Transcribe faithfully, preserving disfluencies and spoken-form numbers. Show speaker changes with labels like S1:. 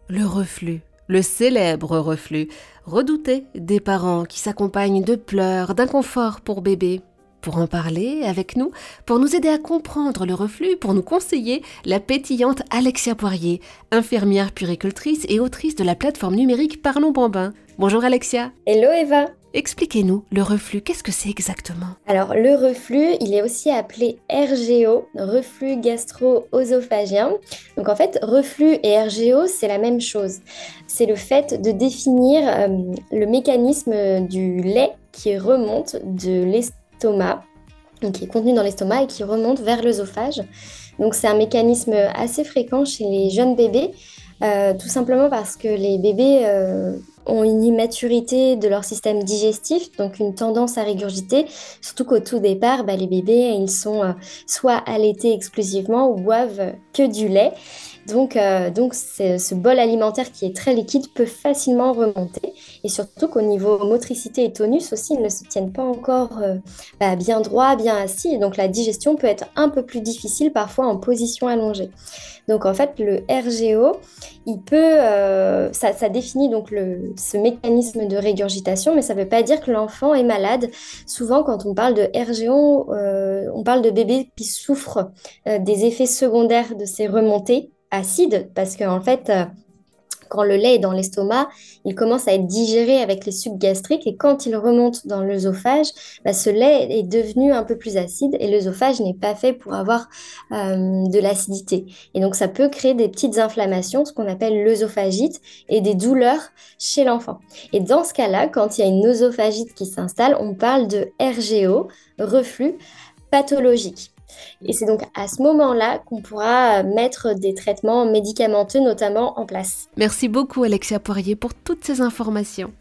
S1: Le reflux, le célèbre reflux, redouté des parents qui s'accompagnent de pleurs, d'inconfort pour bébé. Pour en parler avec nous, pour nous aider à comprendre le reflux, pour nous conseiller, la pétillante Alexia Poirier, infirmière puéricultrice et autrice de la plateforme numérique Parlons Bambin. Bonjour Alexia.
S2: Hello Eva.
S1: Expliquez-nous, le reflux, qu'est-ce que c'est exactement ?
S2: Alors le reflux, il est aussi appelé R G O, reflux gastro-œsophagien. Donc en fait, reflux et R G O, c'est la même chose. C'est le fait de définir euh, le mécanisme du lait qui remonte de l'estomac, donc qui est contenu dans l'estomac et qui remonte vers l'œsophage. Donc c'est un mécanisme assez fréquent chez les jeunes bébés, euh, tout simplement parce que les bébés euh, ont une immaturité de leur système digestif, donc une tendance à régurgiter, surtout qu'au tout départ, bah, les bébés, ils sont euh, soit allaités exclusivement ou boivent que du lait. Donc, euh, donc ce bol alimentaire qui est très liquide peut facilement remonter. Et surtout qu'au niveau motricité et tonus aussi, ils ne se tiennent pas encore euh, bah, bien droit, bien assis. Et donc la digestion peut être un peu plus difficile parfois en position allongée. Donc en fait, le R G O, il peut, euh, ça, ça définit donc le, ce mécanisme de régurgitation, mais ça ne veut pas dire que l'enfant est malade. Souvent, quand on parle de R G O, euh, on parle de bébés qui souffrent euh, des effets secondaires de ces remontées acides, parce qu'en fait, euh, quand le lait est dans l'estomac, il commence à être digéré avec les sucs gastriques et quand il remonte dans l'œsophage, bah, ce lait est devenu un peu plus acide et l'œsophage n'est pas fait pour avoir euh, de l'acidité. Et donc ça peut créer des petites inflammations, ce qu'on appelle l'œsophagite, et des douleurs chez l'enfant. Et dans ce cas-là, quand il y a une œsophagite qui s'installe, on parle de R G O, reflux pathologique. Et c'est donc à ce moment-là qu'on pourra mettre des traitements médicamenteux notamment en place.
S1: Merci beaucoup Alexia Poirier pour toutes ces informations.